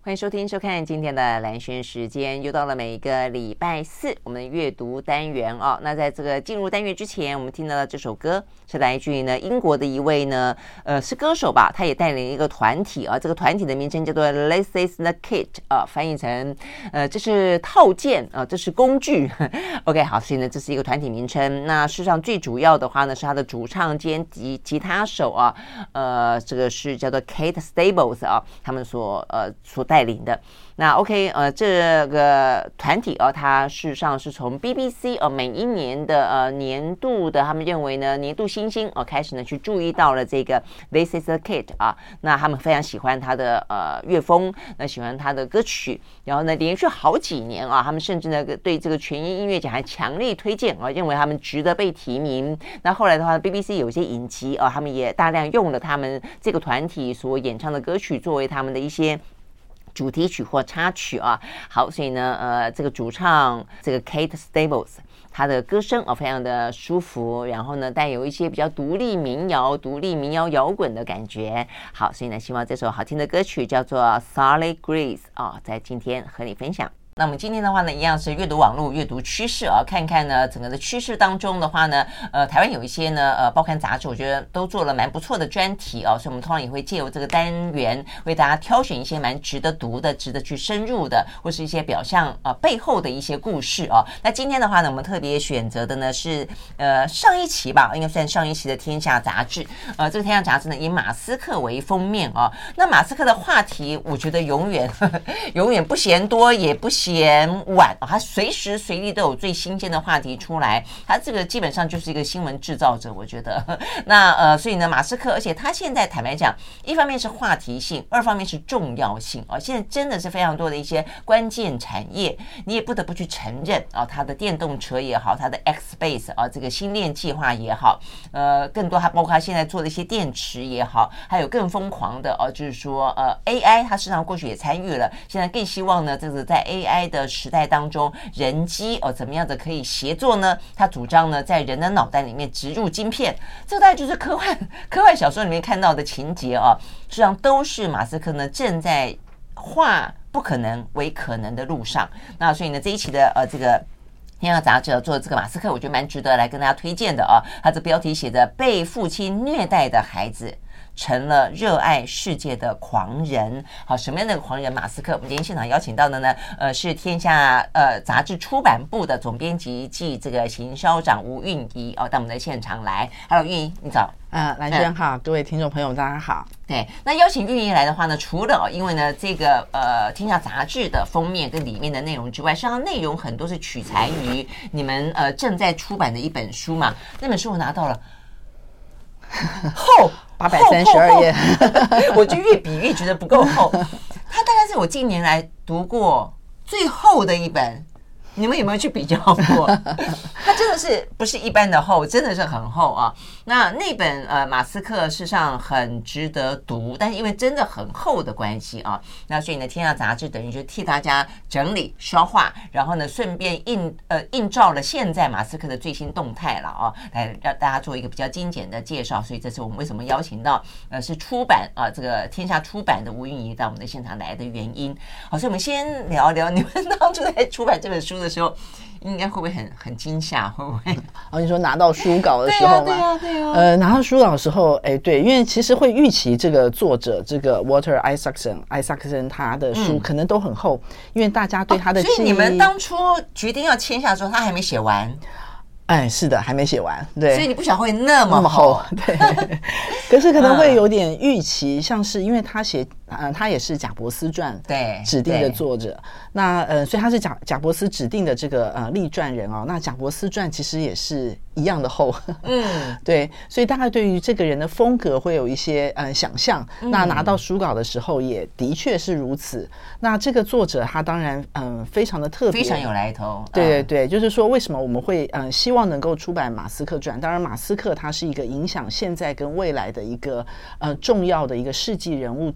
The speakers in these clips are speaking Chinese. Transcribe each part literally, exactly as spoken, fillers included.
欢迎收听收看今天的蓝轩时间，又到了每一个礼拜四我们的阅读单元哦。那在这个进入单元之前，我们听到的这首歌是来自于呢英国的一位呢呃是歌手吧，他也带领一个团体啊，这个团体的名称叫做 This is the Kit 啊，翻译成呃这是套件啊，这是工具。OK 好，所以呢这是一个团体名称。那事实上最主要的话呢是他的主唱兼吉吉他手啊，呃这个是叫做 Kate Stables 啊，他们所呃所带领的。那 OK 呃这个团体哦、呃，它事实上是从 B B C 呃每一年的呃年度的他们认为呢年度新星哦、呃、开始呢去注意到了这个 This is the Kit 啊，那他们非常喜欢他的呃乐风，那喜欢他的歌曲，然后呢连续好几年啊，他们甚至呢对这个全英音乐奖还强力推荐啊，认为他们值得被提名。那后来的话 B B C 有一些影集啊，他们也大量用了他们这个团体所演唱的歌曲作为他们的一些主题曲或插曲啊。好，所以呢呃这个主唱这个 Kate Stables 他的歌声哦非常的舒服，然后呢带有一些比较独立民谣独立民谣摇滚的感觉。好，所以呢希望这首好听的歌曲叫做 Sally Grace 啊、哦，在今天和你分享。那我们今天的话呢一样是阅读网络阅读趋势啊，看看呢整个的趋势当中的话呢呃台湾有一些呢呃报刊杂志我觉得都做了蛮不错的专题啊，所以我们通常也会借由这个单元为大家挑选一些蛮值得读的值得去深入的或是一些表象呃背后的一些故事啊。那今天的话呢我们特别选择的呢是呃上一期吧，应该算上一期的天下杂志。呃这个天下杂志呢以马斯克为封面啊，那马斯克的话题我觉得永远呵呵永远不嫌多也不嫌晚，他随时随地都有最新鲜的话题出来，他这个基本上就是一个新闻制造者，我觉得。那呃，所以呢，马斯克，而且他现在坦白讲，一方面是话题性，二方面是重要性啊、哦。现在真的是非常多的一些关键产业，你也不得不去承认啊、哦，他的电动车也好，他的 X Space 啊、哦，这个星链计划也好，呃，更多他包括他现在做的一些电池也好，还有更疯狂的哦，就是说呃 A I， 他事实上过去也参与了，现在更希望呢，这个在 A I的时代当中，人机哦怎么样的可以协作呢？他主张呢，在人的脑袋里面植入晶片，这大概就是科幻科幻小说里面看到的情节哦，实际上都是马斯克呢正在化不可能为可能的路上。那所以呢，这一期的呃这个天下杂志做这个马斯克，我觉得蛮值得来跟大家推荐的啊。他这标题写着“被父亲虐待的孩子”。成了热爱世界的狂人。好，什么样的狂人马斯克？我们今天现场邀请到的呢，呃，是天下呃杂志出版部的总编辑暨这个行销长吴韵仪哦，到我们的现场来。Hello， 韵仪，你早。 呃，蓝轩好，各位听众朋友大家好。 对，那邀请韵仪来的话呢，除了、哦、因为呢这个呃天下杂志的封面跟里面的内容之外，实际上内容很多是取材于你们呃正在出版的一本书嘛。那本书我拿到了。厚八百三十二页， 我就越比越觉得不够厚。它大概是我近年来读过最厚的一本，你们有没有去比较过？它真的是不是一般的厚，真的是很厚啊。那那本呃马斯克事实上很值得读，但是因为真的很厚的关系啊，那所以呢天下杂志等于就替大家整理消化，然后呢顺便映呃映照了现在马斯克的最新动态了啊，来让大家做一个比较精简的介绍。所以这是我们为什么邀请到呃是出版啊这个天下出版的吴韵仪到我们的现场来的原因。好，所以我们先聊聊你们当初在出版这本书的时候，应该会不会很很惊吓？会不会？ 哦，你说拿到书稿的时候吗？ 对啊，对啊，对啊。 呃，拿到书稿的时候，哎，对，因为其实会预期这个作者这个 Walter Isaacson， 艾萨克森他的书可能都很厚，嗯、因为大家对他的记忆、哦。 所以你们当初决定要签下的时候，他还没写完。 哎，是的，还没写完，对， 所以你不想会那么厚， 那么厚，对。可是可能会有点预期，像是因为他写，呃，他也是贾伯斯传对指定的作者，那呃，所以他是贾贾伯斯指定的这个呃立传人哦。那贾伯斯传其实也是一样的厚，嗯，对，所以大概对于这个人的风格会有一些呃想象。那拿到书稿的时候，也的确是如此。那这个作者他当然嗯、呃、非常的特别， 非常有来头， 对对对，就是说为什么我们会嗯、呃、希望能够出版马斯克传？当然，马斯克他是一个影响现在跟未来的一个呃重要的一个世纪人物之外呢。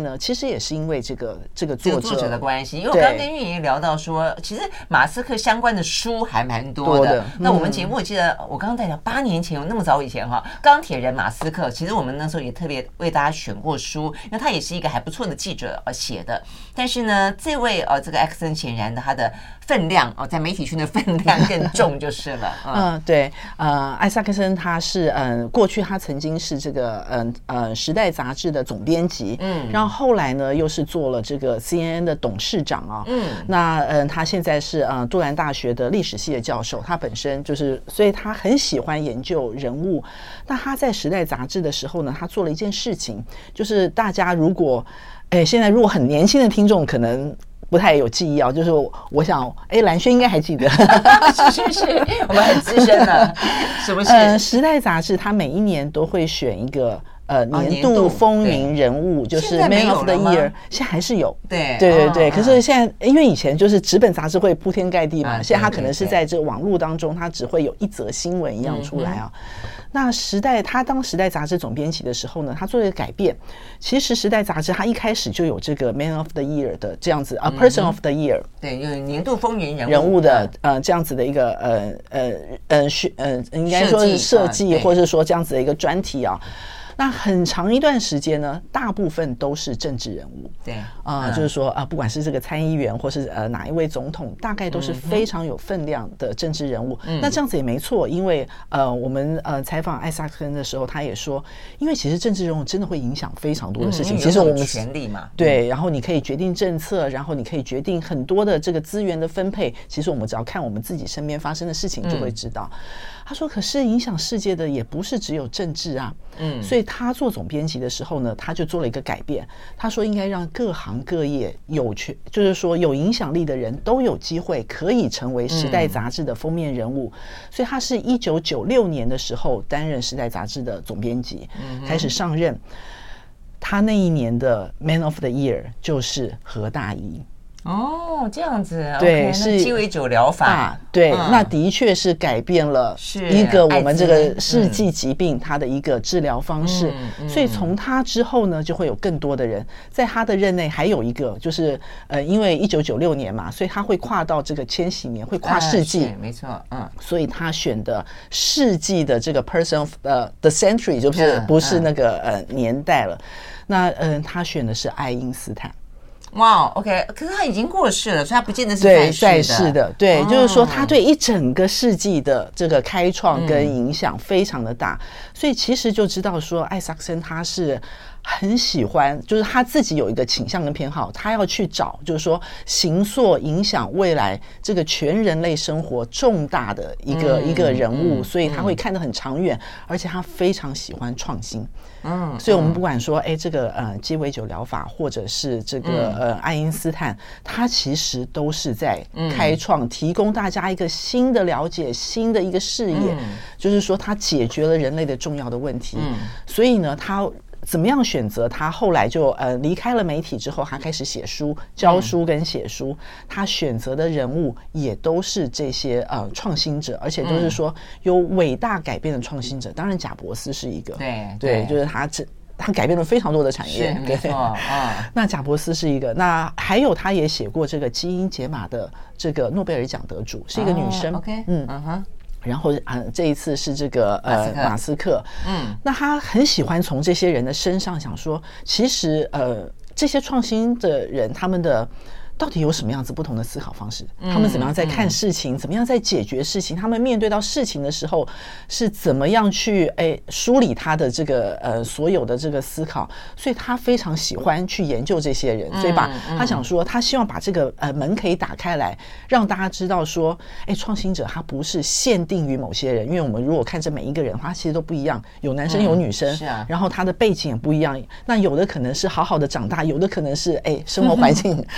呢，其实也是因为这个这个作者、 这个、作者的关系。因为我刚刚跟运营聊到说，其实马斯克相关的书还蛮多的。多的嗯、那我们节目我记得我刚刚在讲八年前，那么早以前哈，钢铁人马斯克，其实我们那时候也特别为大家选过书，因为他也是一个还不错的记者呃写的。但是呢，这位呃这个 X N 显然的他的分量哦，在媒体圈的分量更重就是了。 嗯，嗯对，呃，艾萨克森他是嗯、呃，过去他曾经是这个嗯 呃, 呃《时代》杂志的总编辑，嗯，然后后来呢又是做了这个 C N N 的董事长啊，嗯，那嗯、呃、他现在是呃杜兰大学的历史系的教授，他本身就是，所以他很喜欢研究人物。那他在《时代》杂志的时候呢，他做了一件事情，就是大家如果哎现在如果很年轻的听众可能不太有记忆啊，就是我想，哎，蓝轩应该还记得， 是是是，我们很资深了，是不是？呃， 《时代》杂志它每一年都会选一个呃年度风云人物，就是 Man of the Year， 现在还是有， 对对对对。可是现在因为以前就是纸本杂志会铺天盖地嘛，现在它可能是在这网络当中，它只会有一则新闻一样出来啊。那时代他当时代杂志总编辑的时候呢，他做了一个改变。其实时代杂志他一开始就有这个 Man of the Year 的这样子啊、嗯、，Person of the Year， 对，有年度风云人物人物的呃这样子的一个呃呃呃呃应该说是设计，或者是说这样子的一个专题啊。那很长一段时间呢，大部分都是政治人物， 对啊、呃嗯，就是说啊、呃，不管是这个参议员，或是呃哪一位总统，大概都是非常有分量的政治人物。嗯、那这样子也没错，因为呃，我们呃采访艾萨克森的时候，他也说，因为其实政治人物真的会影响非常多的事情。 嗯、 其实我们权力嘛， 对，然后你可以决定政策，然后你可以决定很多的这个资源的分配。其实我们只要看我们自己身边发生的事情，就会知道。嗯、他说，可是影响世界的也不是只有政治啊，嗯，所以他做总编辑的时候呢，他就做了一个改变。他说应该让各行各业有权，就是说有影响力的人都有机会可以成为《时代》杂志的封面人物。嗯、所以他是一九九六年的时候担任《时代》杂志的总编辑，嗯、开始上任。他那一年的 Man of the Year 就是何大一。 哦，这样子， 对， okay, 是鸡尾酒疗法， 啊、对、嗯，那的确是改变了一个我们这个世纪疾病它的一个治疗方式。嗯嗯、所以从他之后呢，就会有更多的人在他的任内。还有一个就是呃，因为一九九六年嘛，所以他会跨到这个千禧年，会跨世纪， 啊、没错，嗯， 所以他选的世纪的这个 person of 呃 the century 就不是、嗯、不是那个呃年代了。那嗯、呃，他选的是爱因斯坦。 哇、wow, ，OK， 可是他已经过世了，所以他不见得是在世的。在世的，对， 哦、 就是说他对一整个世纪的这个开创跟影响非常的大，嗯、所以其实就知道说，艾萨克森他是很喜欢，就是他自己有一个倾向跟偏好，他要去找，就是说形塑影响未来这个全人类生活重大的一个、嗯、一个人物，嗯、所以他会看得很长远，嗯、而且他非常喜欢创新。嗯，所以我们不管说，哎，这个呃鸡尾酒疗法，或者是这个、嗯、呃爱因斯坦，他其实都是在开创、嗯、提供大家一个新的了解、新的一个视野，嗯、就是说他解决了人类的重要的问题。嗯，所以呢，他怎么样选择？他后来就呃离开了媒体之后，他开始写书、教书跟写书。嗯、他选择的人物也都是这些呃创新者，而且都是说有伟大改变的创新者。当然，贾伯斯是一个， 对对, 对，就是他这。他改变了非常多的产业， 没错啊。 那贾伯斯是一个，那还有他也写过这个基因解码的这个诺贝尔奖得主，是一个女生。 哦、OK， 嗯嗯哼。然后啊，这一次是这个呃马斯克，嗯，那他很喜欢从这些人的身上想说，其实呃这些创新的人他们的。到底有什么样子不同的思考方式？他们怎么样在看事情？嗯、怎么样在解决事情？他们面对到事情的时候是怎么样去哎梳理他的这个呃所有的这个思考？所以他非常喜欢去研究这些人，所以把他想说，他希望把这个呃门可以打开来，让大家知道说，哎，创新者他不是限定于某些人，因为我们如果看这每一个人，他其实都不一样，有男生有女生， 嗯、是啊， 然后他的背景也不一样。那有的可能是好好的长大，有的可能是哎生活环境很不。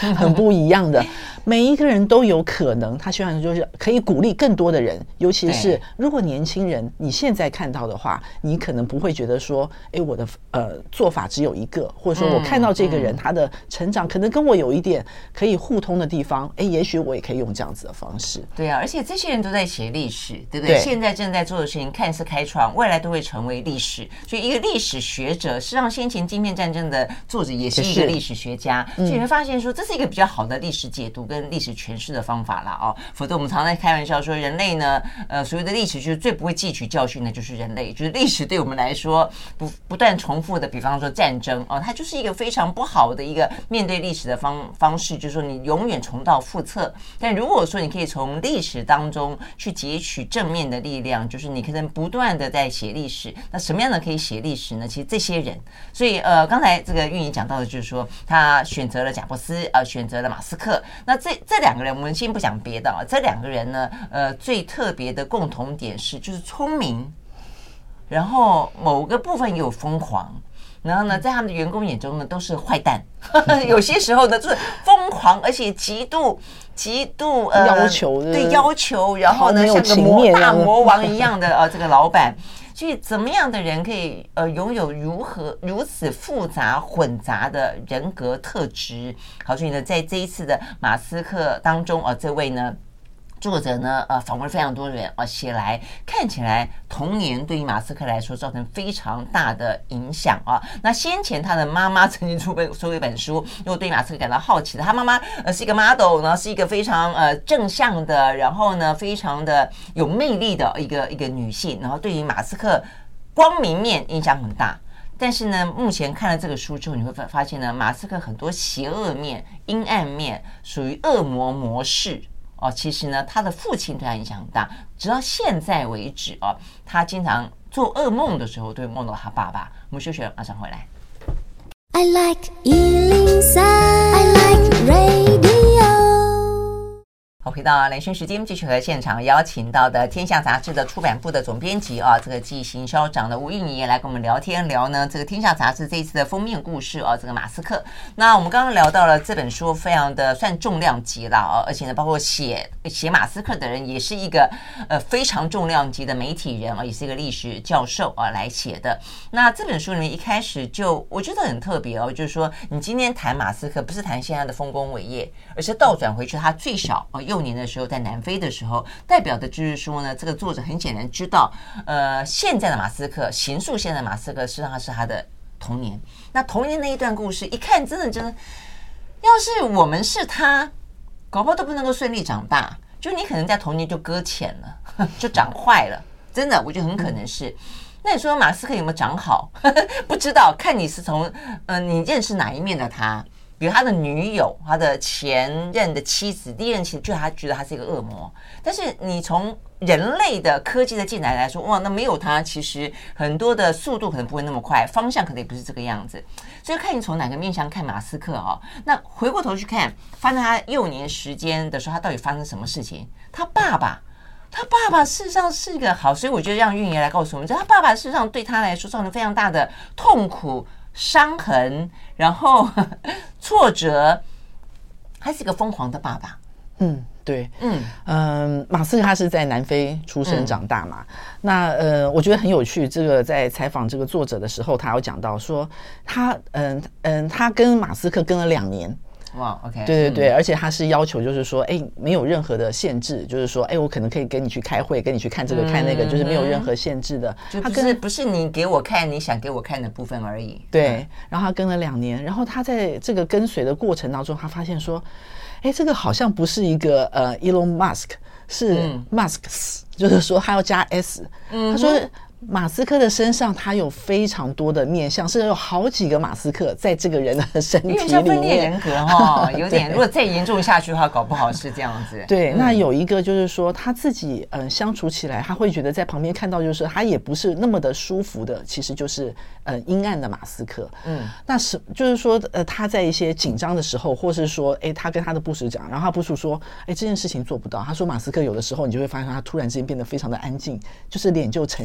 不一样的。每一个人都有可能，他希望就是可以鼓励更多的人，尤其是如果年轻人你现在看到的话，你可能不会觉得说，哎，我的呃做法只有一个，或者说我看到这个人、嗯、他的成长可能跟我有一点可以互通的地方，哎，也许我也可以用这样子的方式。 对啊，而且这些人都在写历史，对不对？对，现在正在做的事情看似开创，未来都会成为历史。所以一个历史学者，事实上先前晶片战争的作者也是一个历史学家，所以你会发现说这是一个比较好的历史解读跟历史诠释的方法啦哦。否则我们常常在开玩笑说，人类呢，呃，所谓的历史就是最不会汲取教训的，就是人类，就是历史对我们来说不不断重复的，比方说战争哦，它就是一个非常不好的一个面对历史的方方式，就是说你永远重蹈覆辙。但如果说你可以从历史当中去截取正面的力量，就是你可能不断的在写历史。那什么样的可以写历史呢？其实这些人，所以呃，刚才这个韵仪讲到的就是说，他选择了贾伯斯，呃，选择了马斯克。那这这两个人，我们先不讲别的啊，这两个人呢，呃，最特别的共同点是，就是聪明，然后某个部分也有疯狂。然后呢，在他们的员工眼中呢，都是坏蛋。有些时候呢，就是疯狂，而且极度、极度呃要求， 对要求，然后呢，像个魔大魔王一样的呃这个老板。所以，怎么样的人可以呃拥有如何如此复杂混杂的人格特质？好，所以呢，在这一次的马斯克当中啊、呃，这位呢。作者呢，呃，访问了非常多人啊，写来看起来童年对于马斯克来说造成非常大的影响啊。那先前他的妈妈曾经出本出一本书，如果对马斯克感到好奇的，他妈妈呃是一个 model 呢，是一个非常呃正向的，然后呢非常的有魅力的一个一个女性，然后对于马斯克光明面影响很大。但是呢，目前看了这个书之后，你会发现呢，马斯克很多邪恶面、阴暗面，属于恶魔模式。哦，其实呢，他的父亲对他影响很大，直到现在为止哦，他经常做噩梦的时候都会梦到他爸爸。我们休息了，马上回来。I like 一零三 I like radio。好，回到蓝轩时间，继续和现场邀请到的天下杂志的出版部的总编辑啊，这个暨行销长的吴韵仪来跟我们聊天聊呢这个天下杂志这一次的封面故事啊，这个马斯克。那我们刚刚聊到了这本书非常的算重量级了啊，而且呢，包括写写马斯克的人也是一个呃非常重量级的媒体人啊，也是一个历史教授啊来写的。那这本书里面一开始就我觉得很特别哦，就是说你今天谈马斯克不是谈现在的丰功伟业，而是倒转回去他最小啊幼年的时候，在南非的时候，代表的就是说呢，这个作者很显然知道，呃，现在的马斯克，形塑现在的马斯克，实际上是他的童年。那童年那一段故事，一看真的真的，要是我们是他，搞不好都不能够顺利长大，就你可能在童年就搁浅了，就长坏了，真的，我觉得很可能是。那你说马斯克有没有长好？不知道，看你是从呃你认识哪一面的他。比如他的女友，他的前任的妻子，第一任妻子，就他觉得他是一个恶魔。但是你从人类的科技的进来来说，哇，那没有他，其实很多的速度可能不会那么快，方向可能也不是这个样子。所以看你从哪个面向看马斯克哦。那回过头去看，发生他幼年时间的时候，他到底发生什么事情？他爸爸。他爸爸事实上是一个好，所以我觉得让韵仪来告诉我们，他爸爸事实上对他来说造成非常大的痛苦、伤痕，然后呵呵挫折，还是一个疯狂的爸爸。 嗯，对，嗯嗯、呃，马斯克他是在南非出生长大嘛。嗯、那呃，我觉得很有趣。这个在采访这个作者的时候，他有讲到说，他嗯嗯，他跟马斯克跟了两年。 哇 ，OK， 对对对、嗯，而且他是要求就是说，哎，没有任何的限制，就是说，哎，我可能可以跟你去开会，跟你去看这个、嗯、看那个，就是没有任何限制的。 就不是不是你给我看你想给我看的部分而已。 对，然后他跟了两年，然后他在这个跟随的过程当中，他发现说，哎，这个好像不是一个呃 Elon Musk， 是 Musks，、嗯、就是说他要加 S。嗯，他说。马斯克的身上，他有非常多的面向，是有好几个马斯克在这个人的身体里面。因为分裂人格哈、哦，有点，如果再严重下去的话，搞不好是这样子。 对，嗯、那有一个就是说，他自己嗯、呃、相处起来，他会觉得在旁边看到，就是他也不是那么的舒服的，其实就是呃阴暗的马斯克。嗯，那是就是说呃他在一些紧张的时候，或是说哎他跟他的部属讲，然后他部属说哎这件事情做不到，他说马斯克有的时候你就会发现他突然之间变得非常的安静，就是脸就沉下来。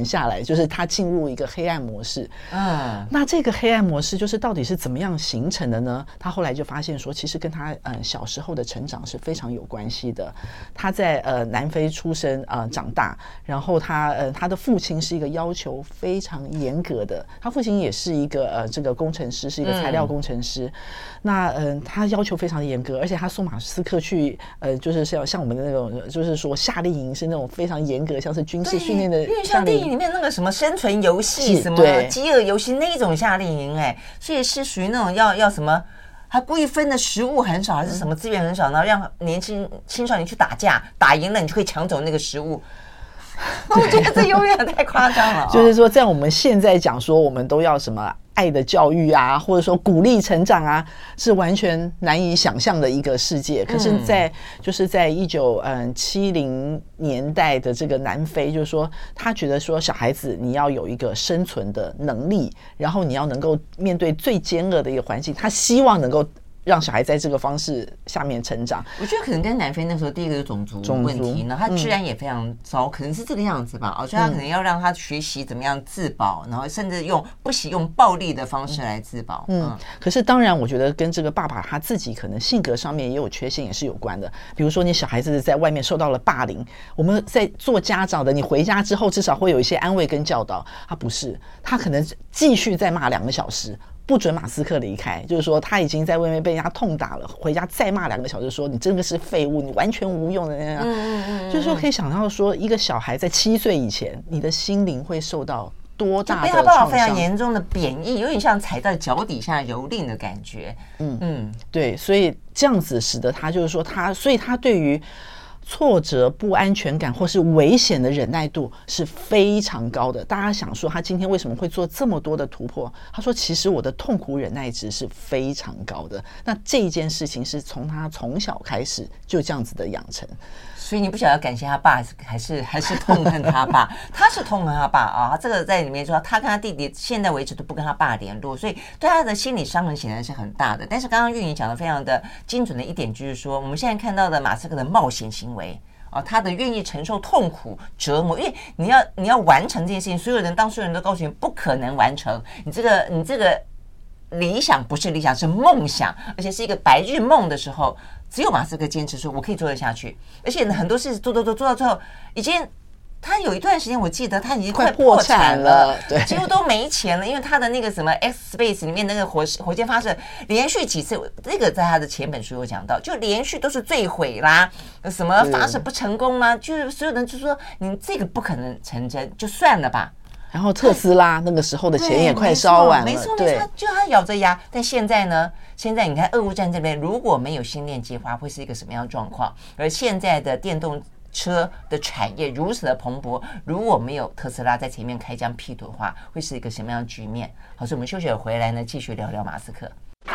就是他进入一个黑暗模式。嗯，那这个黑暗模式就是到底是怎么样形成的呢？他后来就发现说，其实跟他呃小时候的成长是非常有关系的。他在呃南非出生呃长大，然后他呃他的父亲是一个要求非常严格的，他父亲也是一个呃这个工程师，是一个材料工程师。嗯、那嗯、呃、他要求非常严格，而且他送马斯克去呃就是像像我们的那种就是说夏令营是那种非常严格，像是军事训练的， 因为像电影里面那个什么生存游戏、什么饥饿游戏那一种夏令营，哎，所以是属于那种要要什么。他故意分的食物很少，还是什么资源很少，然后让年轻青少年去打架，打赢了你就可以抢走那个食物。我觉得这有点太夸张了、哦。 就是说，在我们现在讲说，我们都要什么爱的教育啊，或者说鼓励成长啊，是完全难以想象的一个世界。可是在，在、嗯、就是在一九嗯七零年代的这个南非，就是说，他觉得说，小孩子你要有一个生存的能力，然后你要能够面对最艰恶的一个环境，他希望能够让小孩在这个方式下面成长。 我觉得可能跟南非那时候第一个有种族问题呢，他治安也非常糟、嗯、可能是这个样子吧。哦，所以他可能要让他学习怎么样自保、嗯、然后甚至用不惜用暴力的方式来自保。嗯， 嗯可是当然我觉得跟这个爸爸他自己可能性格上面也有缺陷也是有关的。比如说你小孩子在外面受到了霸凌，我们在做家长的，你回家之后至少会有一些安慰跟教导，他不是，他可能继续再骂两个小时，不准马斯克离开，就是说他已经在外面被人家痛打了，回家再骂两个小时，说你真的是废物，你完全无用的那样。嗯嗯嗯就是说可以想到说，一个小孩在七岁以前，你的心灵会受到多大的创伤？ 被他爸爸非常严重的贬义，有点像踩在脚底下蹂躏的感觉。 嗯嗯，对，所以这样子使得他就是说他，所以他对于挫折、不安全感或是危险的忍耐度是非常高的。大家想说他今天为什么会做这么多的突破？他说其实我的痛苦忍耐值是非常高的。那这一件事情是从他从小开始就这样子的养成。 所以你不晓得感谢他爸还是还是痛恨他爸？他是痛恨他爸啊！这个在里面说，他跟他弟弟现在为止都不跟他爸联络，所以对他的心理伤痕显然是很大的。但是刚刚韵莹讲的非常的精准的一点就是说，我们现在看到的马斯克的冒险行为啊，他的愿意承受痛苦折磨，因为你要你要完成这件事情，所有人当所有人都告诉你不可能完成，你这个你这个理想不是理想，是梦想，而且是一个白日梦的时候。只有马斯克坚持说我可以做得下去，而且很多事做做做做到最后已经他有一段时间我记得他已经快破产了，对，几乎都没钱了，因为他的那个什么 X Space 里面那个火火箭发射连续几次，这个在他的前本书有讲到，就连续都是坠毁啦，什么发射不成功啦，就是所有人就说你这个不可能成真，就算了吧。 然后特斯拉那个时候的钱也快烧完了， 没错没错，就他咬着牙。但现在呢？现在你看俄乌战这边如果没有星链计划，会是一个什么样的状况？而现在的电动车的产业如此的蓬勃，如果没有特斯拉在前面开疆辟土的话，会是一个什么样的局面？好，所以我们休息了回来呢，继续聊聊马斯克。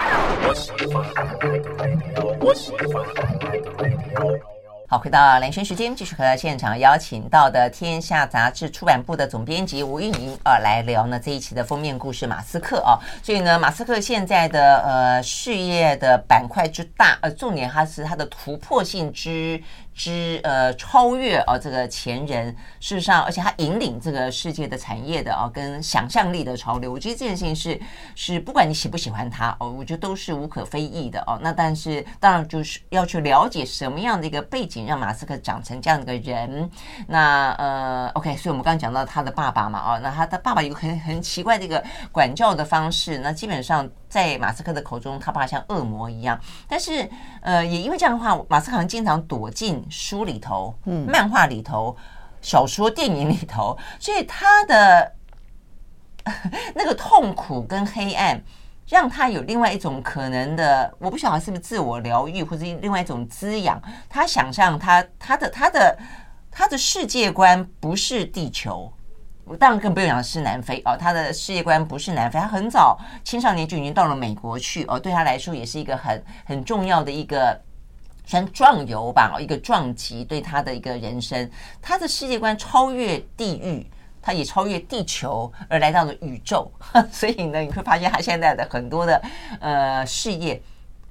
好，回到蓝轩时间，继续和现场邀请到的天下杂志出版部的总编辑吴韵莹啊来聊呢这一期的封面故事马斯克啊。所以呢，马斯克现在的呃事业的板块之大，呃重点它是它的突破性之之呃超越啊这个前人，事实上，而且它引领这个世界的产业的啊跟想象力的潮流。我觉得这件事情是是不管你喜不喜欢它哦，我觉得都是无可非议的哦。那但是当然就是要去了解什么样的一个背景。让马斯克长成这样的一个人，那呃 ，OK， 所以我们刚刚讲到他的爸爸嘛，哦，那他的爸爸有很很奇怪的一个管教的方式，那基本上在马斯克的口中，他爸像恶魔一样。但是呃，也因为这样的话，马斯克好像经常躲进书里头、嗯、漫画里头、小说、电影里头，所以他的那个痛苦跟黑暗。让他有另外一种可能的，我不晓得是不是自我疗愈，或者另外一种滋养。他想象他他的他的他的世界观不是地球，我当然更不用讲是南非哦。他的世界观不是南非，他很早青少年就已经到了美国去哦，对他来说也是一个很很重要的一个像壮游吧，一个撞击对他的一个人生。他的世界观超越地狱。他也超越地球而来到了宇宙，所以呢，你会发现他现在的很多的呃事业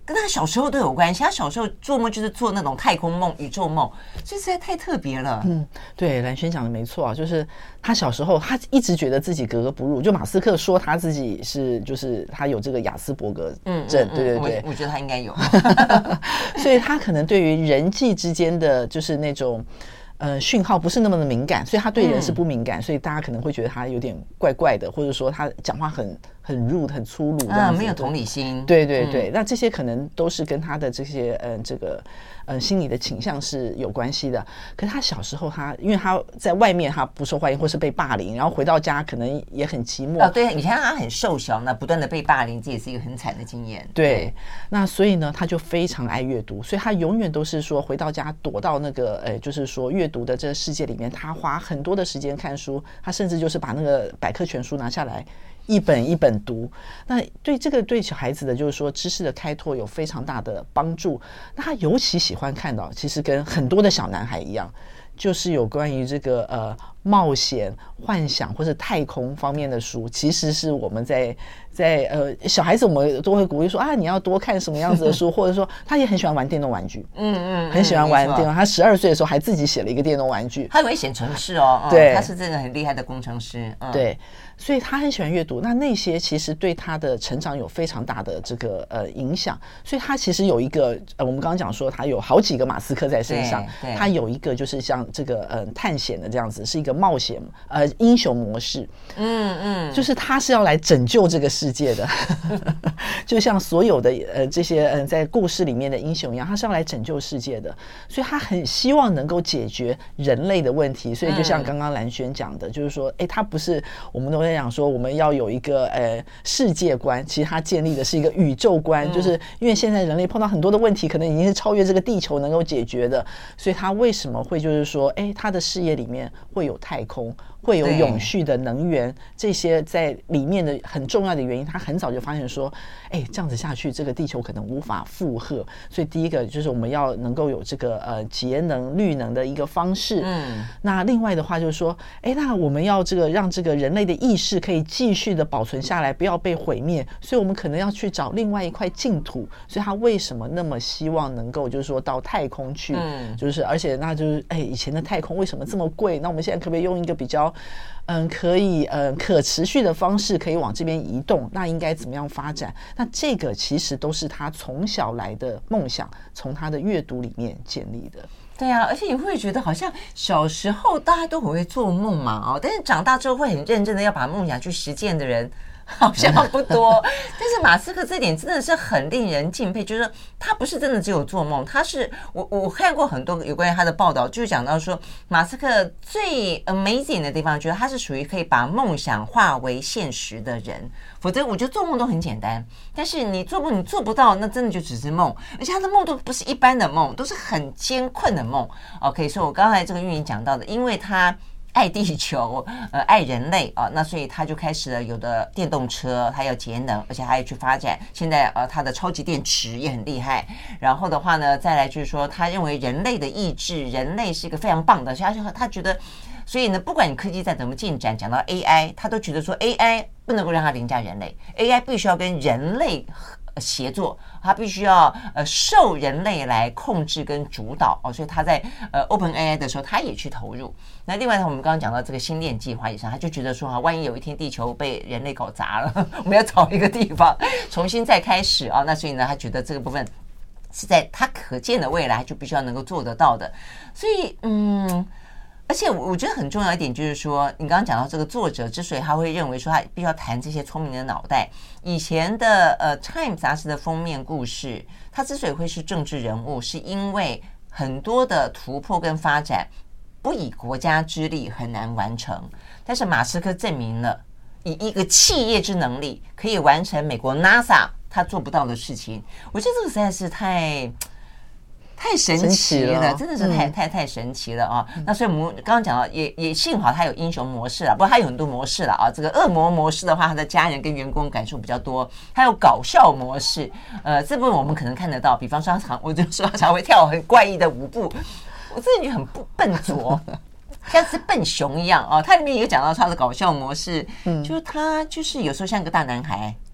跟他小时候都有关系。他小时候做梦就是做那种太空梦、宇宙梦，这实在太特别了。 嗯，对，蓝轩讲的没错啊，就是他小时候他一直觉得自己格格不入，就马斯克说他自己是就是他有这个亚斯伯格症，嗯嗯嗯对对对我，我觉得他应该有， 所以他可能对于人际之间的就是那种。呃，讯号不是那么的敏感，所以他对人是不敏感，嗯、所以大家可能会觉得他有点怪怪的，或者说他讲话很很rude、很粗鲁这样子， 啊，没有同理心。 对对对，嗯、那这些可能都是跟他的这些呃这个呃心理的倾向是有关系的。可是他小时候他，因为他在外面他不受欢迎或是被霸凌，然后回到家可能也很寂寞。 哦，对，你看他很瘦小，那不断的被霸凌，这也是一个很惨的经验。 对，对那所以呢，他就非常爱阅读，所以他永远都是说回到家躲到那个呃，就是说阅读的这个世界里面，他花很多的时间看书，他甚至就是把那个百科全书拿下来。一本一本读，那对这个对小孩子的就是说知识的开拓有非常大的帮助。那他尤其喜欢看到，其实跟很多的小男孩一样，就是有关于这个呃冒险、幻想或是太空方面的书。其实是我们在在呃小孩子我们都会鼓励说啊，你要多看什么样子的书，或者说他也很喜欢玩电动玩具，嗯嗯，很喜欢玩电动。他十二岁的时候还自己写了一个电动玩具， 他会写程式哦，对、嗯，他是真的很厉害的工程师， 嗯、对。所以他很喜欢阅读，那那些其实对他的成长有非常大的这个呃影响。所以他其实有一个呃，我们刚刚讲说他有好几个马斯克在身上，他有一个就是像这个呃探险的这样子，是一个冒险呃英雄模式，嗯嗯，就是他是要来拯救这个世界的，就像所有的呃这些嗯、呃、在故事里面的英雄一样，他是要来拯救世界的，所以他很希望能够解决人类的问题。所以就像刚刚蓝轩讲的，就是说，哎，他不是我们都在讲说我们要有一个呃世界观，其实它建立的是一个宇宙观，嗯、就是因为现在人类碰到很多的问题，可能已经是超越这个地球能够解决的，所以他为什么会就是说，哎，他的事业里面会有太空，会有永续的能源，这些在里面的很重要的原因，他很早就发现说，哎，这样子下去，这个地球可能无法负荷，所以第一个就是我们要能够有这个呃节能绿能的一个方式。嗯，那另外的话就是说，哎，那我们要这个让这个人类的意识可以继续的保存下来，不要被毁灭，所以我们可能要去找另外一块净土。所以他为什么那么希望能够就是说到太空去？嗯，就是而且那就是哎，以前的太空为什么这么贵？那我们现在可不可以用一个比较嗯可以嗯可持续的方式可以往这边移动？那应该怎么样发展？那这个其实都是他从小来的梦想，从他的阅读里面建立的。 对啊，而且你会觉得好像小时候大家都很会做梦嘛，哦，但是长大之后会很认真的要把梦想去实践的人好像不多。但是马斯克这点真的是很令人敬佩，就是他不是真的只有做梦，他是我我看过很多有关于他的报道，就是讲到说马斯克最 amazing 的地方，觉得他是属于可以把梦想化为现实的人。否则我觉得做梦都很简单，但是你做梦你做不到，那真的就只是梦，而且他的梦都不是一般的梦，都是很艰困的梦。OK， 所以我刚才这个运营讲到的，因为他爱地球，呃，爱人类啊、呃，那所以他就开始了有的电动车，他要节能，而且还要去发展。现在呃，他的超级电池也很厉害。然后的话呢，再来就是说，他认为人类的意志，人类是一个非常棒的，所以他他觉得。所以呢，不管你科技再怎么进展，讲到 A I， 他都觉得说 A I 不能够让它凌驾人类 ，A I 必须要跟人类协作，它必须要呃受人类来控制跟主导哦。所以他在呃 OpenAI 的时候，他也去投入。那另外呢，我们刚刚讲到这个星链计划以上，他就觉得说哈，万一有一天地球被人类搞砸了，我们要找一个地方重新再开始啊、哦。那所以呢，他觉得这个部分是在他可见的未来就必须要能够做得到的。所以嗯。而且我觉得很重要一点就是说，你刚刚讲到这个作者之所以他会认为说他必须要谈这些聪明的脑袋，以前的呃《Time》杂志的封面故事，他之所以会是政治人物，是因为很多的突破跟发展不以国家之力很难完成，但是马斯克证明了以一个企业之能力可以完成美国 NASA 他做不到的事情。我觉得这个实在是太。太神奇了，真的是太、嗯、太太神奇了啊！那所以我们刚刚讲到，也也幸好他有英雄模式了，不过他有很多模式了啊。这个恶魔模式的话，他的家人跟员工感受比较多，还有搞笑模式，呃，这部分我们可能看得到。比方说他常，我就说他常会跳很怪异的舞步，我真的觉得很不笨拙。像是笨熊一样哦，他里面也有讲到他的搞笑模式，嗯，就是他就是有时候像个大男孩，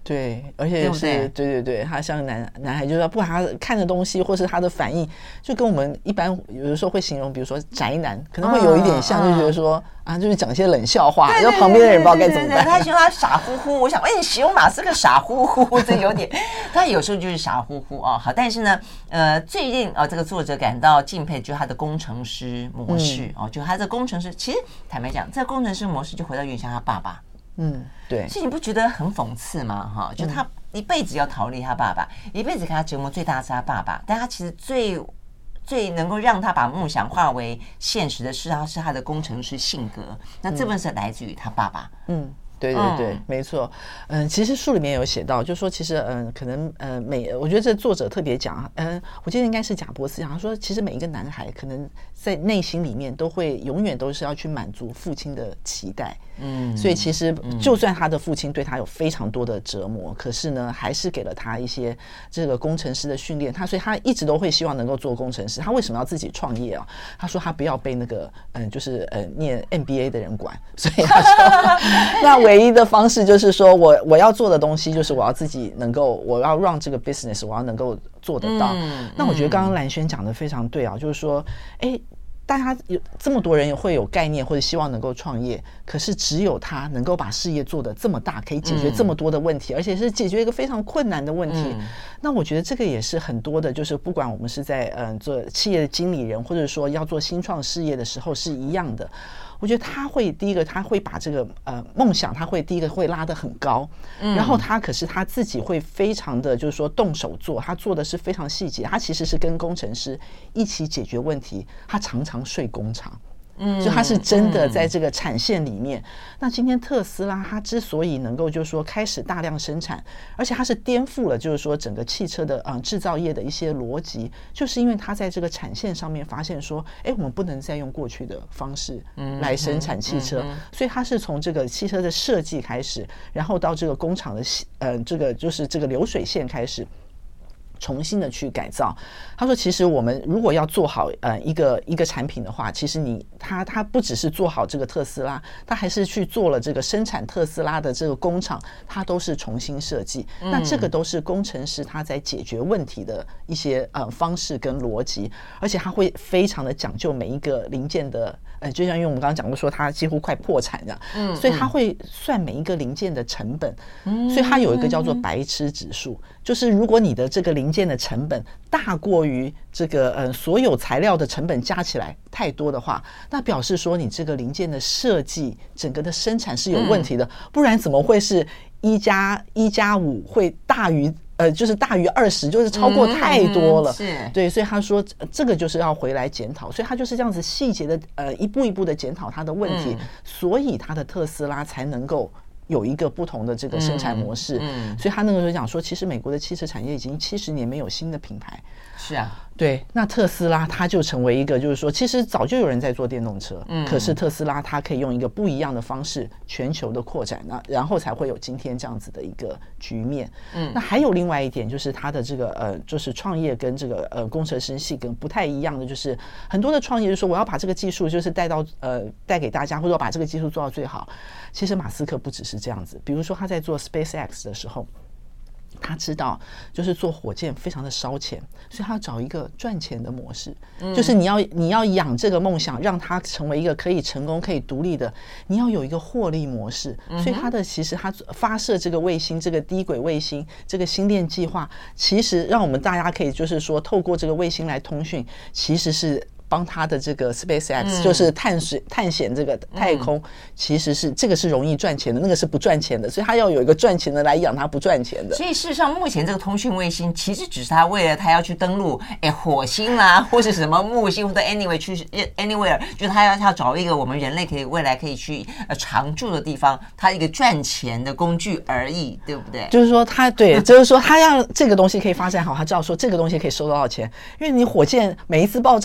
对，而且是，对对对对，他像男男孩，就是说不管他看的东西或是他的反应，就跟我们一般有的时候会形容，比如说宅男，可能会有一点像，就觉得说、嗯、啊，就是讲一些冷笑话，然后旁边的人不知道该怎么办。 他形容他傻乎乎，我想，哎，你形容马斯克傻乎乎，这有点，他有时候就是傻乎乎啊。好，但是呢，呃，最近啊、呃，这个作者感到敬佩，就是他的工程师模式哦、嗯啊，就他的工程师，其实坦白讲，这个工程师模式就回到有点像他爸爸。 嗯，对， 所以你不觉得很讽刺吗？哈，就他一辈子要逃离他爸爸，嗯、一辈子给他折磨最大的是他爸爸，但他其实最最能够让他把梦想化为现实的是他是他的工程师性格，那这份是来自于他爸爸。 嗯。对对对、嗯，没错。嗯，其实书里面有写到，就说其实嗯，可能呃每，我觉得这作者特别讲，嗯，我记得应该是贾伯斯讲，他说其实每一个男孩可能在内心里面都会永远都是要去满足父亲的期待。嗯，所以其实就算他的父亲对他有非常多的折磨，嗯、可是呢，还是给了他一些这个工程师的训练。他所以他一直都会希望能够做工程师。他为什么要自己创业啊？他说他不要被那个嗯，就是呃念 M B A 的人管，所以他说那唯一的方式就是说我我要做的东西就是我要自己能够，我要让这个 business 我要能够做得到。嗯、那我觉得刚刚兰萱讲的非常对啊，就是说，哎。大家有这么多人会有概念或者希望能够创业，可是只有他能够把事业做得这么大，可以解决这么多的问题，嗯、而且是解决一个非常困难的问题。嗯、那我觉得这个也是很多的，就是不管我们是在嗯、呃、做企业的经理人，或者说要做新创事业的时候是一样的。我觉得他会第一个，他会把这个呃梦想，他会第一个会拉得很高，嗯、然后他可是他自己会非常的就是说动手做，他做的是非常细节，他其实是跟工程师一起解决问题，他常常睡工厂。嗯，就他是真的在这个产线里面。嗯、那今天特斯拉它之所以能够就是说开始大量生产，而且它是颠覆了就是说整个汽车的嗯制造业的一些逻辑，就是因为它在这个产线上面发现说，哎，我们不能再用过去的方式来生产汽车，嗯嗯嗯、所以它是从这个汽车的设计开始，然后到这个工厂的呃这个就是这个流水线开始。重新的去改造。他说其实我们如果要做好呃一个一个产品的话，其实你他他不只是做好这个特斯拉，他还是去做了这个生产特斯拉的这个工厂，他都是重新设计。嗯、那这个都是工程师他在解决问题的一些呃方式跟逻辑，而且他会非常的讲究每一个零件的呃，就像因为我们刚刚讲过说他几乎快破产这样，嗯，所以他会算每一个零件的成本，嗯，所以他有一个叫做白痴指数，就是如果你的这个零件的成本大过于这个呃所有材料的成本加起来太多的话，那表示说你这个零件的设计整个的生产是有问题的，嗯、不然怎么会是一加一加五会大于呃就是大于二十，就是超过太多了，嗯、是对，所以他说这个就是要回来检讨，所以他就是这样子细节的呃一步一步的检讨他的问题，嗯、所以他的特斯拉才能够有一个不同的这个生产模式，嗯嗯、所以他那个时候讲说，其实美国的汽车产业已经七十年没有新的品牌。 是啊， 对，那特斯拉它就成为一个，就是说，其实早就有人在做电动车，嗯，可是特斯拉它可以用一个不一样的方式全球的扩展，那然后才会有今天这样子的一个局面。嗯，那还有另外一点就是它的这个呃，就是创业跟这个呃工程师系跟不太一样的，就是很多的创业就是说我要把这个技术就是带到呃带给大家，或者把这个技术做到最好。其实马斯克不只是这样子，比如说他在做 SpaceX 的时候。他知道就是做火箭非常的烧钱，所以他要找一个赚钱的模式，嗯、就是你要你要养这个梦想，让它成为一个可以成功可以独立的，你要有一个获利模式。嗯、所以他的其实他发射这个卫星，这个低轨卫星，这个星链计划，其实让我们大家可以就是说透过这个卫星来通讯，其实是帮他的这个 SpaceX、嗯、就是探水探险这个太空、嗯、其实是这个是容易赚钱的，那个是不赚钱的，所以他要有一个赚钱的来养他不赚钱的。 所以事实上目前这个通讯卫星其实只是他为了他要去登陆哎火星啦、啊、或是什么木星或者 anyway 去 anywhere， 就是他要他要找一个我们人类可以未来可以去呃常住的地方，他一个赚钱的工具而已，对不对？ 就是说他对就是说他让这个东西可以发展好，他知道说这个东西可以收到钱，因为你火箭每一次爆炸每一次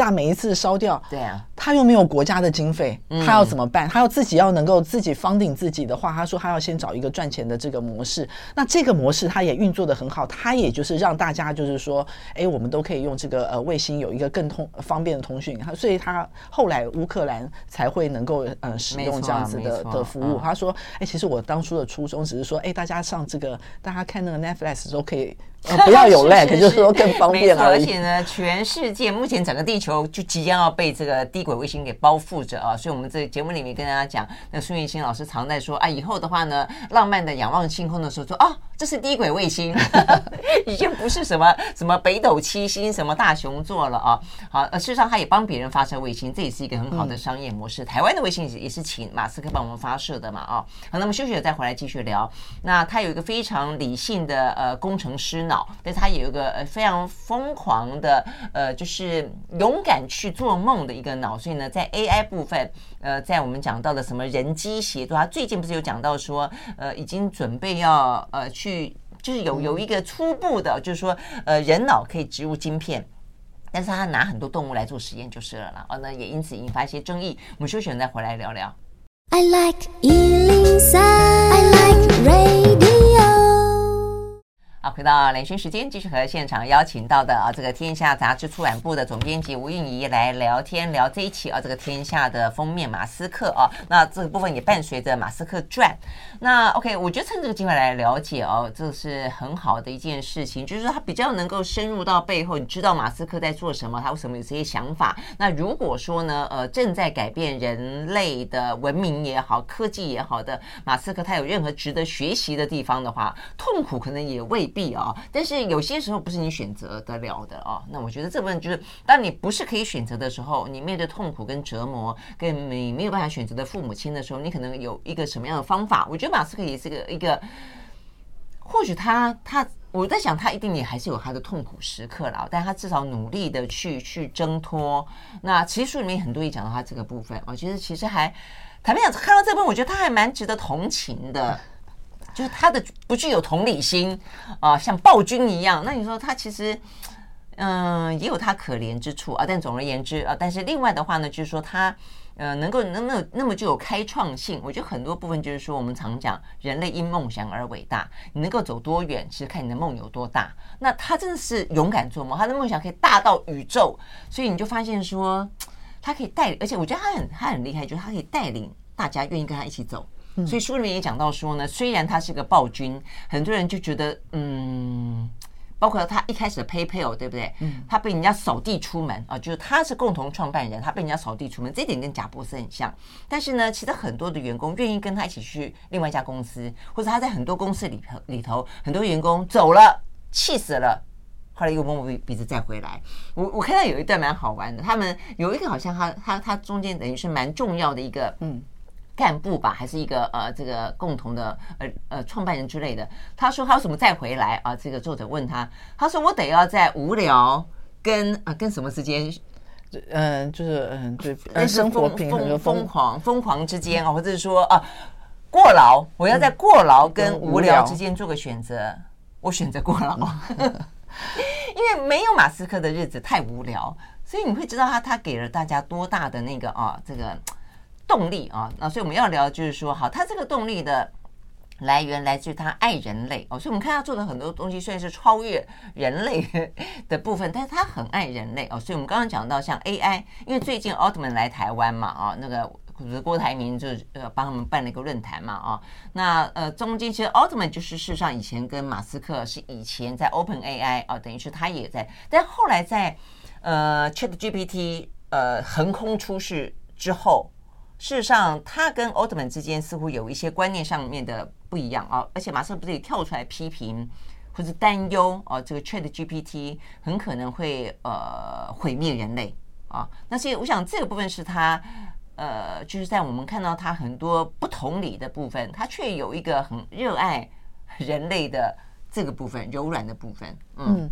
司烧掉， 对啊， 他又没有国家的经费， 嗯、 他要怎么办？他要自己要能够自己 funding 自己的话，他说他要先找一个赚钱的这个模式。那这个模式他也运作的很好，他也就是让大家就是说，哎，我们都可以用这个呃卫星有一个更通方便的通讯，所以他后来乌克兰才会能够呃使用这样子的的服务。嗯、他说，哎，其实我当初的初衷只是说，哎，大家上这个，大家看那个 Netflix 的时候可以。呃、不要有 lag， 就是说更方便而已。 而且呢，全世界目前整个地球就即将要被这个低轨卫星给包覆着啊，所以我们这节目里面跟大家讲，那孙艺兴老师常在说啊，以后的话呢，浪漫的仰望星空的时候说啊，这是低轨卫星，已经不是什么什么北斗七星、什么大熊座了啊。好，呃，事实上他也帮别人发射卫星，这也是一个很好的商业模式。嗯、台湾的卫星也是请马斯克帮我们发射的嘛啊。好，那么休息了再回来继续聊。那他有一个非常理性的呃工程师脑，但是他也有一个呃非常疯狂的呃，就是勇敢去做梦的一个脑。所以呢，在 A I 部分，呃，在我们讲到的什么人机协作，他最近不是有讲到说，呃，已经准备要呃去，就是有有一个初步的，就是说呃人脑可以植入晶片。但是他拿很多动物来做实验就是了啦，哦，那也因此引发一些争议。我们休息了再回来聊聊。I like 一零三 I like radio。好，回到连线时间，继续和现场邀请到的啊，这个天下杂志出版部的总编辑吴韵仪来聊天，聊这一期啊，这个天下的封面马斯克啊，那这个部分也伴随着马斯克传。那 OK， 我觉得趁这个机会来了解哦，这是很好的一件事情，就是说他比较能够深入到背后，你知道马斯克在做什么，他为什么有这些想法。那如果说呢，呃，正在改变人类的文明也好，科技也好的马斯克，他有任何值得学习的地方的话，痛苦可能也未必啊、哦，但是有些时候不是你选择得了的啊、哦。那我觉得这部分就是，当你不是可以选择的时候，你面对痛苦跟折磨，跟你没有办法选择的父母亲的时候，你可能有一个什么样的方法？我觉得马斯克也是个一个，或许他他我在想，他一定也还是有他的痛苦时刻啦，但他至少努力的去去挣脱。那其实书里面很多也讲到他这个部分，我觉得其实还坦白讲，看到这部分，我觉得他还蛮值得同情的。就是他的不具有同理心啊、呃，像暴君一样。那你说他其实，嗯、呃，也有他可怜之处啊。但总而言之啊，但是另外的话呢，就是说他呃能够那么那么具有开创性。我觉得很多部分就是说，我们常讲人类因梦想而伟大，你能够走多远，其实看你的梦有多大。那他真的是勇敢做梦，他的梦想可以大到宇宙，所以你就发现说，他可以带，而且我觉得他很他很厉害，就是他可以带领大家愿意跟他一起走。所以书里面也讲到说呢，虽然他是个暴君，很多人就觉得，嗯，包括他一开始的 PayPal， 对不对？嗯，他被人家扫地出门啊，就是他是共同创办人，他被人家扫地出门，这一点跟贾伯斯很像。但是呢，其实很多的员工愿意跟他一起去另外一家公司，或者他在很多公司里头里头，很多员工走了，气死了。后来又摸摸鼻子再回来。我我看到有一段蛮好玩的，他们有一个好像他他他中间等于是蛮重要的一个嗯。干部吧，还是一个呃这个共同的呃呃创办人之类的。他说他为什么再回来啊？这个作者问他，他说我得要在无聊跟啊跟什么之间， 嗯、呃，就是嗯对，呃生活平衡疯狂疯狂之间啊，或者是说啊过劳，我要在过劳跟无聊之间做个选择，嗯、我选择过劳，因为没有马斯克的日子太无聊，所以你会知道他他给了大家多大的那个啊这个。动力啊，那所以我们要聊的就是说，好，他这个动力的来源来自于他爱人类哦，所以我们看他做的很多东西虽然是超越人类的部分，但是他很爱人类哦，所以我们刚刚讲到像 A I， 因为最近奥特曼来台湾嘛啊，那个郭台铭就呃帮他们办了一个论坛嘛啊，那呃中间其实奥特曼就是事实上以前跟马斯克是以前在 Open A I 啊，等于是他也在，但后来在呃 Chat G P T 呃横空出世之后。事实上，他跟奥特曼之间似乎有一些观念上面的不一样啊，而且马斯克不是也跳出来批评或者担忧啊，这个 Chat G P T 很可能会呃毁灭人类啊。那所以我想这个部分是他呃，就是在我们看到他很多不同理的部分，他却有一个很热爱人类的这个部分，柔软的部分，嗯。嗯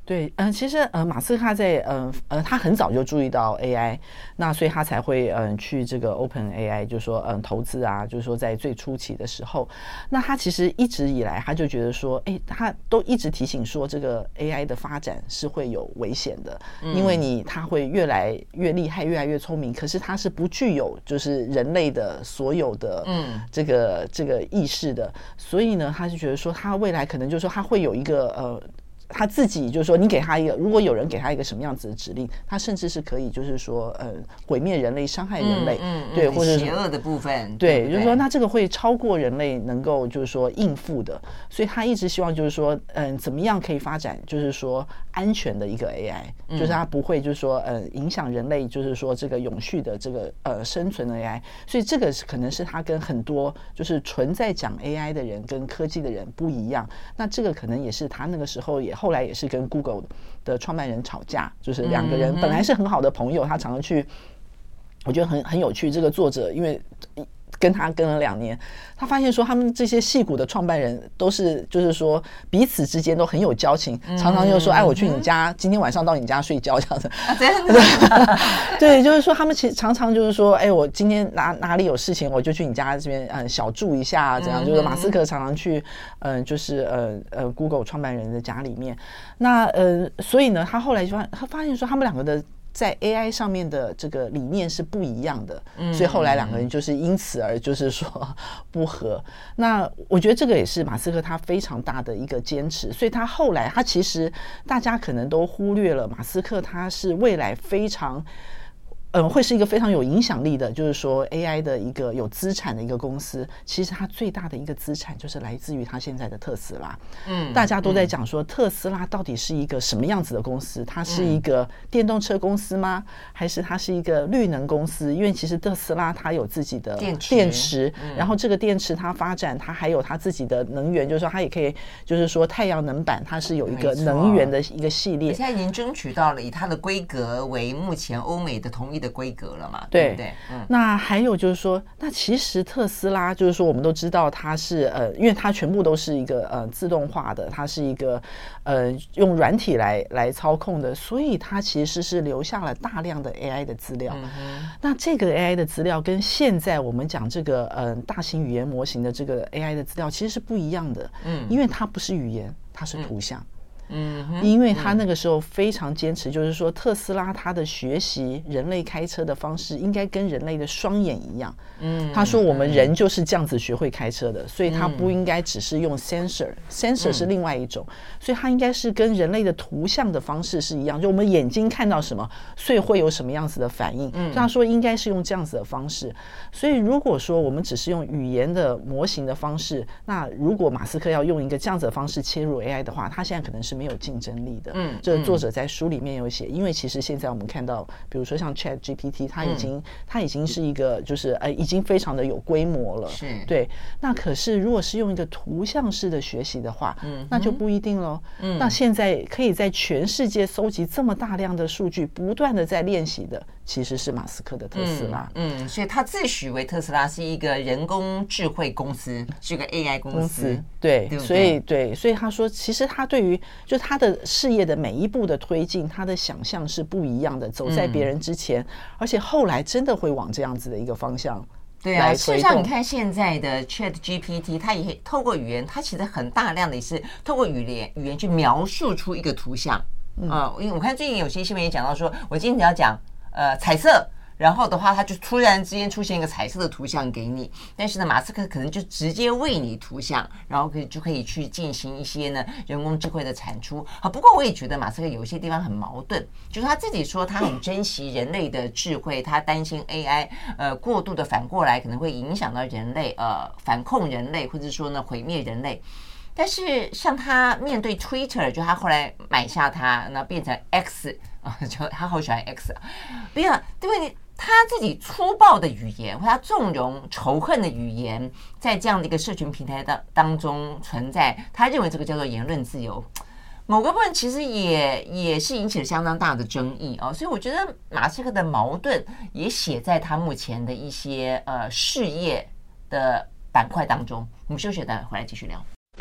对，嗯、呃，其实呃，马斯克他在呃呃，他很早就注意到 A I， 那所以他才会嗯、呃、去这个 Open A I， 就是说嗯、呃、投资啊，就是说在最初期的时候，那他其实一直以来他就觉得说，哎，他都一直提醒说这个 A I 的发展是会有危险的，嗯、因为你他会越来越厉害，越来越聪明，可是他是不具有就是人类的所有的嗯这个这个意识的，所以呢，他就觉得说他未来可能就是说他会有一个呃。他自己就是说，你给他一个，如果有人给他一个什么样子的指令，他甚至是可以就是说，呃，毁灭人类、伤害人类， 嗯嗯、 对，或者邪恶的部分， 对， 对对就是说，那这个会超过人类能够就是说应付的，所以他一直希望就是说，嗯，怎么样可以发展，就是说安全的一个 A I，、嗯、就是它不会就是说，呃，影响人类，就是说这个永续的这个呃生存的 A I， 所以这个是可能是他跟很多就是纯在讲 A I 的人跟科技的人不一样，那这个可能也是他那个时候也。后来也是跟 Google 的创办人吵架，就是两个人本来是很好的朋友，他常常去，我觉得很很有趣。这个作者因为跟他跟了两年，他发现说他们这些矽谷的创办人都是就是说彼此之间都很有交情，常常就说哎我去你家，今天晚上到你家睡觉这样子。对，就是说他们其实常常就是说哎我今天哪哪里有事情我就去你家这边嗯小住一下这样，就是马斯克常常去嗯就是呃呃 Google 创办人的家里面。那呃所以呢他后来就他发现说他们两个的在 A I 上面的这个理念是不一样的，嗯、所以后来两个人就是因此而就是说不合。那我觉得这个也是马斯克他非常大的一个坚持，所以他后来他其实大家可能都忽略了马斯克他是未来非常。嗯，会是一个非常有影响力的，就是说 A I 的一个有资产的一个公司。其实它最大的一个资产就是来自于它现在的特斯拉。嗯，大家都在讲说特斯拉到底是一个什么样子的公司？它是一个电动车公司吗？还是它是一个绿能公司？因为其实特斯拉它有自己的电池，电池嗯、然后这个电池它发展，它还有它自己的能源，就是说它也可以，就是说太阳能板它是有一个能源的一个系列。 现在已经争取到了以它的规格为目前欧美的统一的规格了嘛，对不对？ 嗯，那还有就是说，那其实特斯拉就是说，我们都知道它是呃，因为它全部都是一个呃自动化的，它是一个呃用软体来来操控的，所以它其实是留下了大量的 A I 的资料。嗯、那这个 A I 的资料跟现在我们讲这个呃大型语言模型的这个 A I 的资料其实是不一样的。嗯，因为它不是语言，它是图像。嗯嗯，因为他那个时候非常坚持，就是说特斯拉他的学习人类开车的方式应该跟人类的双眼一样。嗯，他说我们人就是这样子学会开车的，所以他不应该只是用 sensor，sensor 是另外一种，所以他应该是跟人类的图像的方式是一样，就我们眼睛看到什么，所以会有什么样子的反应。嗯，他说应该是用这样子的方式。所以如果说我们只是用语言的模型的方式，那如果马斯克要用一个这样子的方式切入 A I 的话，他现在可能是没有竞争力的。嗯，这个作者在书里面有写，因为其实现在我们看到，比如说像 Chat G P T， 它已经、嗯、它已经是一个就是呃已经非常的有规模了。 是， 对。那可是如果是用一个图像式的学习的话，嗯，那就不一定咯。嗯，那现在可以在全世界搜集这么大量的数据，不断的在练习的，其实是马斯克的特斯拉。 嗯，嗯所以他自诩为特斯拉是一个人工智慧公司，是个 A I 公司。公司对， 对对所以对，所以他说，其实他对于就他的事业的每一步的推进，他的想象是不一样的，走在别人之前，嗯、而且后来真的会往这样子的一个方向。 对啊，事实上你看现在的 Chat G P T， 它也透过语言，它其实很大量的也是透过语言语言去描述出一个图像。嗯、呃，因为我看最近有些新闻也讲到说，我今天只要讲呃彩色。然后的话，它就突然之间出现一个彩色的图像给你，但是呢，马斯克可能就直接为你图像，然后可以就可以去进行一些呢人工智慧的产出。好，不过我也觉得马斯克有一些地方很矛盾，就是他自己说他很珍惜人类的智慧，他担心 A I 呃过度的反过来可能会影响到人类，呃反控人类，或者说呢毁灭人类。但是像他面对 Twitter， 就他后来买下它，那变成 X 啊，就他好喜欢 X 啊，不要对不对？他自己粗暴的语言或他纵容仇恨的语言在这样的一个社群平台当当中存在，他认为这个叫做言论自由，某个部分其实也也是引起了相当大的争议哦。所以我觉得马斯克的矛盾也写在他目前的一些呃事业的板块当中。我们休息一段回来继续聊。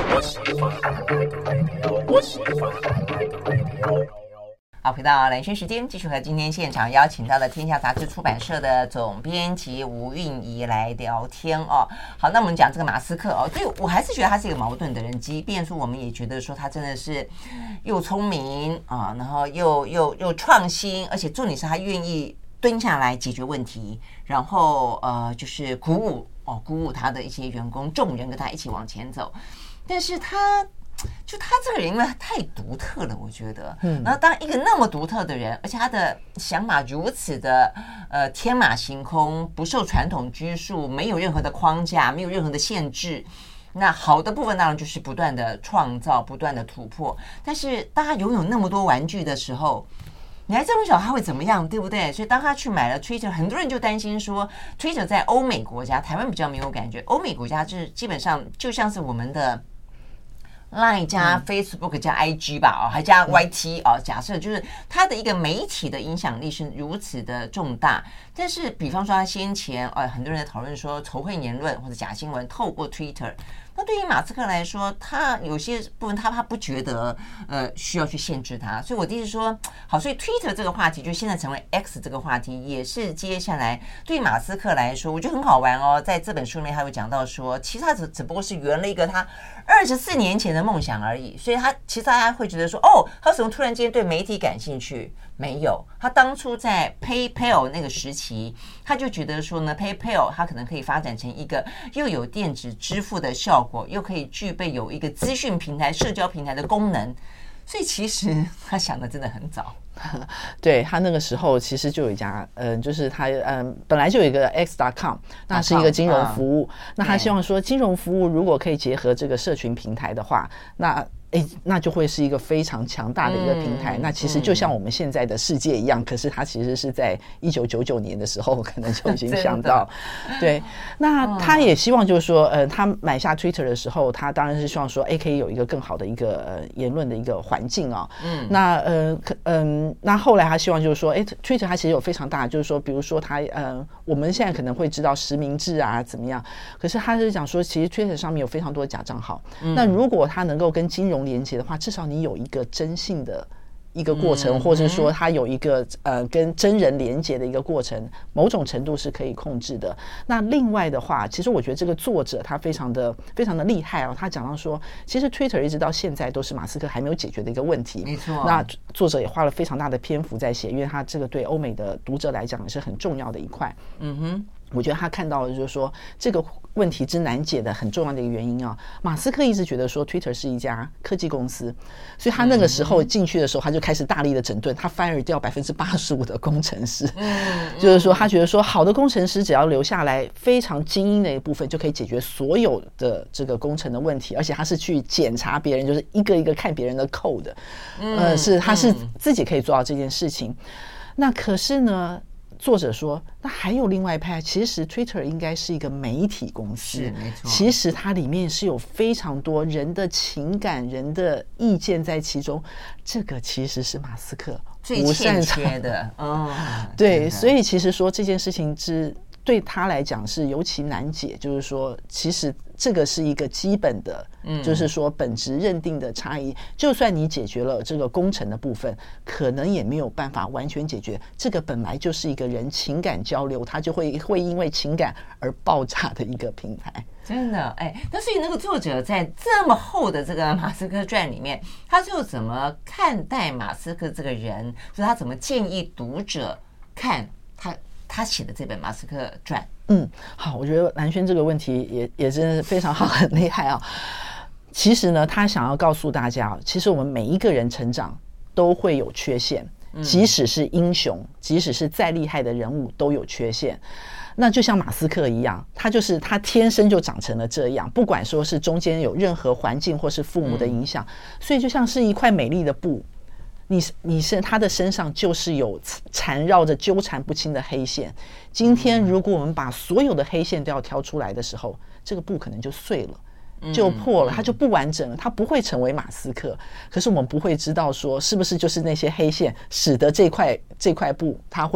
好，回到蓝轩时间，继续和今天现场邀请到的天下杂志出版社的总编辑吴韵仪来聊天哦。好，那我们讲这个马斯克哦，对我还是觉得他是一个矛盾的人，即便说我们也觉得说他真的是又聪明啊，然后又又又创新，而且重点是他愿意蹲下来解决问题，然后呃就是鼓舞哦鼓舞他的一些员工众人跟他一起往前走，但是他。就他这个人因为太独特了，我觉得，嗯，然后当一个那么独特的人，而且他的想法如此的呃天马行空，不受传统拘束，没有任何的框架，没有任何的限制。那好的部分当然就是不断的创造，不断的突破。但是当他拥有那么多玩具的时候，你还真不晓得他会怎么样，对不对？所以当他去买了 Twitter， 很多人就担心说 ，Twitter 在欧美国家，台湾比较没有感觉，欧美国家就是基本上就像是我们的。Line 加 Facebook 加 I G 吧，哦，还加 Y T 哦。假设就是它的一个媒体的影响力是如此的重大，但是比方说他先前呃很多人在讨论说仇恨言论或者假新闻透过 Twitter， 那对于马斯克来说，他有些部分他他不觉得呃需要去限制他，所以我的意思说，好，所以 Twitter 这个话题就现在成为 X 这个话题，也是接下来对于马斯克来说，我觉得很好玩哦。在这本书里面，他有讲到说，其实他只只不过是圆了一个他二十四年前的梦想而已，所以他其实大家会觉得说，哦，他怎么突然间对媒体感兴趣？没有，他当初在 PayPal 那个时期，他就觉得说呢 ，PayPal 它可能可以发展成一个又有电子支付的效果，又可以具备有一个资讯平台、社交平台的功能。所以其实他想的真的很早。 对，他那个时候其实就有一家，嗯、呃，就是他嗯、呃、本来就有一个 X 点 com， 那是一个金融服务，嗯、那他希望说金融服务如果可以结合这个社群平台的话，那哎，那就会是一个非常强大的一个平台。嗯、那其实就像我们现在的世界一样，嗯、可是他其实是在一九九九年的时候可能就已经想到，对。那他也希望就是说，呃，他买下 Twitter 的时候，他当然是希望说，哎，可以有一个更好的一个、呃、言论的一个环境啊、哦。嗯。那呃，嗯、呃，那后来他希望就是说，哎 ，Twitter 它其实有非常大，就是说，比如说他呃，我们现在可能会知道实名制啊怎么样，可是他是讲说，其实 Twitter 上面有非常多的假账号。嗯、那如果他能够跟金融连接的话，至少你有一个征信的一个过程，嗯、或者说它有一个呃跟真人连接的一个过程，某种程度是可以控制的。那另外的话，其实我觉得这个作者他非常的非常的厉害哦，他讲到说，其实 Twitter 一直到现在都是马斯克还没有解决的一个问题。没错。那作者也花了非常大的篇幅在写，因为他这个对欧美的读者来讲也是很重要的一块。嗯哼。我觉得他看到的就是说，这个问题之难解的很重要的一个原因啊。马斯克一直觉得说 Twitter 是一家科技公司，所以他那个时候进去的时候，他就开始大力的整顿，他 fire 掉百分之八十五的工程师。嗯，就是说他觉得说，好的工程师只要留下来非常精英的一部分，就可以解决所有的这个工程的问题，而且他是去检查别人，就是一个一个看别人的 code， 呃，是他是自己可以做到这件事情。那可是呢？作者说，那还有另外一派，其实 Twitter 应该是一个媒体公司，是没错。其实它里面是有非常多人的情感、人的意见在其中，这个其实是马斯克最欠缺的。嗯， 对，所以其实说这件事情之对他来讲是尤其难解，就是说，其实这个是一个基本的，嗯，就是说本质认定的差异。就算你解决了这个工程的部分，可能也没有办法完全解决这个本来就是一个人情感交流，它就会会因为情感而爆炸的一个平台。 真的，哎，那所以那个作者在这么厚的这个马斯克传里面，他就怎么看待马斯克这个人？所以他怎么建议读者看他？他写的这本马斯克传。 嗯，好，我觉得蓝轩这个问题也也真的是非常好，很厉害啊。其实呢，他想要告诉大家，其实我们每一个人成长都会有缺陷，即使是英雄，即使是再厉害的人物都有缺陷。那就像马斯克一样，他就是他天生就长成了这样，不管说是中间有任何环境或是父母的影响，所以就像是一块美丽的布。你你是他的身上就是有缠绕着纠缠不清的黑线。今天如果我们把所有的黑线都要挑出来的时候，这个布可能就碎了，就破了，它就不完整了，它不会成为马斯克。可是我们不会知道说是不是就是那些黑线使得这块这块布它会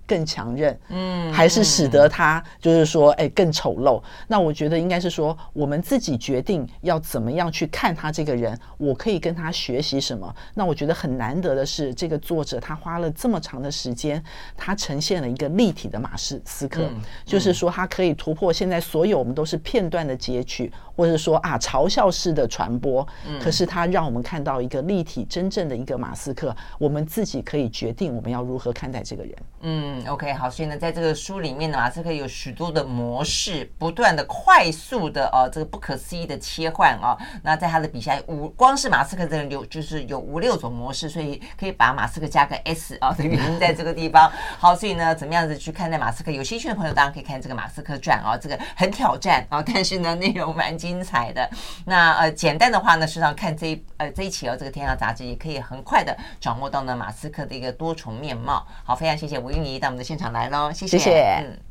更强韧，嗯，还是使得他就是说，哎，更丑陋？那我觉得应该是说，我们自己决定要怎么样去看他这个人，我可以跟他学习什么。那我觉得很难得的是，这个作者他花了这么长的时间，他呈现了一个立体的马斯斯克，嗯、就是说他可以突破现在所有我们都是片段的截取，或者说啊嘲笑式的传播，嗯、可是他让我们看到一个立体真正的一个马斯克，我们自己可以决定我们要如何看待这个人。 嗯 OK 好，所以呢在这个书里面呢，马斯克有许多的模式，不断的快速的哦这个不可思议的切换啊、哦，那在他的笔下五光是马斯克这个有就是有五六种模式，所以可以把马斯克加个 S 啊、哦、的原因在这个地方。好，所以呢怎么样子去看待马斯克，有兴趣的朋友当然可以看这个马斯克传啊、哦，这个很挑战啊、哦，但是呢内容蛮精彩的。那呃简单的话呢，实际上看这一呃这一期哦这个天下杂志也可以很快的掌握到呢马斯克的一个多重面貌。好，非常谢谢吴韵仪到我们的现场来咯，谢谢。 谢谢。 嗯。